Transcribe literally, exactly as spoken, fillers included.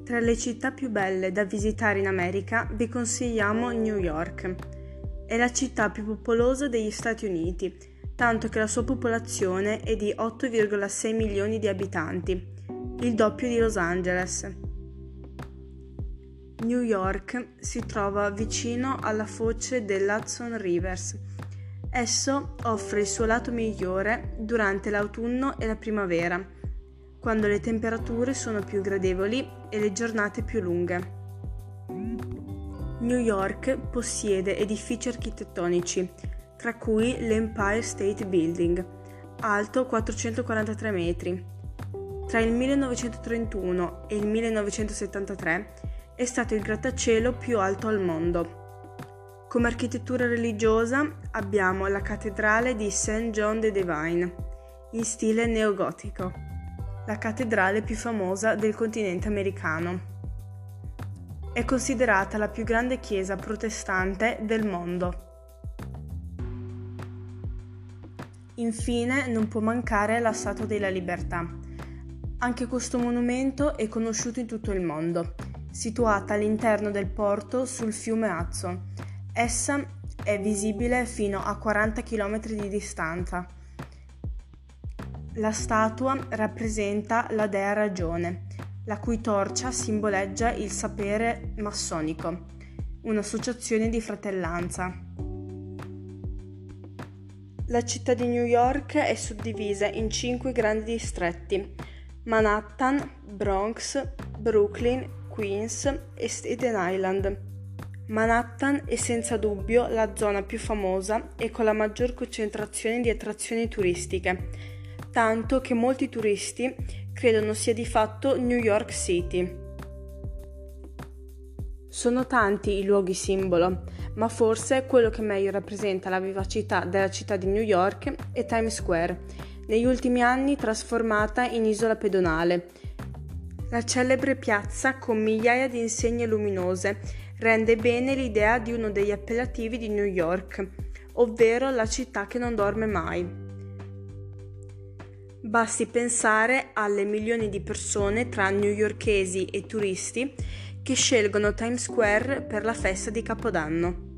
Tra le città più belle da visitare in America vi consigliamo New York. È la città più popolosa degli Stati Uniti, tanto che la sua popolazione è di otto virgola sei milioni di abitanti, il doppio di Los Angeles. New York si trova vicino alla foce dell'Hudson River. Esso offre il suo lato migliore durante l'autunno e la primavera, quando le temperature sono più gradevoli e le giornate più lunghe. New York possiede edifici architettonici, tra cui l'Empire State Building, alto quattrocentoquarantatré metri. Tra il millenovecentotrentuno e il millenovecentosettantatré è stato il grattacielo più alto al mondo. Come architettura religiosa abbiamo la cattedrale di Saint John the Divine, in stile neogotico, la cattedrale più famosa del continente americano. È considerata la più grande chiesa protestante del mondo. Infine non può mancare la Statua della Libertà. Anche questo monumento è conosciuto in tutto il mondo, situata all'interno del porto sul fiume Hudson. Essa è visibile fino a quaranta chilometri di distanza. La statua rappresenta la dea Ragione, la cui torcia simboleggia il sapere massonico, un'associazione di fratellanza. La città di New York è suddivisa in cinque grandi distretti: Manhattan, Bronx, Brooklyn, Queens e Staten Island. Manhattan è senza dubbio la zona più famosa e con la maggior concentrazione di attrazioni turistiche, tanto che molti turisti credono sia di fatto New York City. Sono tanti i luoghi simbolo, ma forse quello che meglio rappresenta la vivacità della città di New York è Times Square, negli ultimi anni trasformata in isola pedonale. La celebre piazza con migliaia di insegne luminose rende bene l'idea di uno degli appellativi di New York, ovvero la città che non dorme mai. Basti pensare alle milioni di persone tra newyorkesi e turisti che scelgono Times Square per la festa di Capodanno.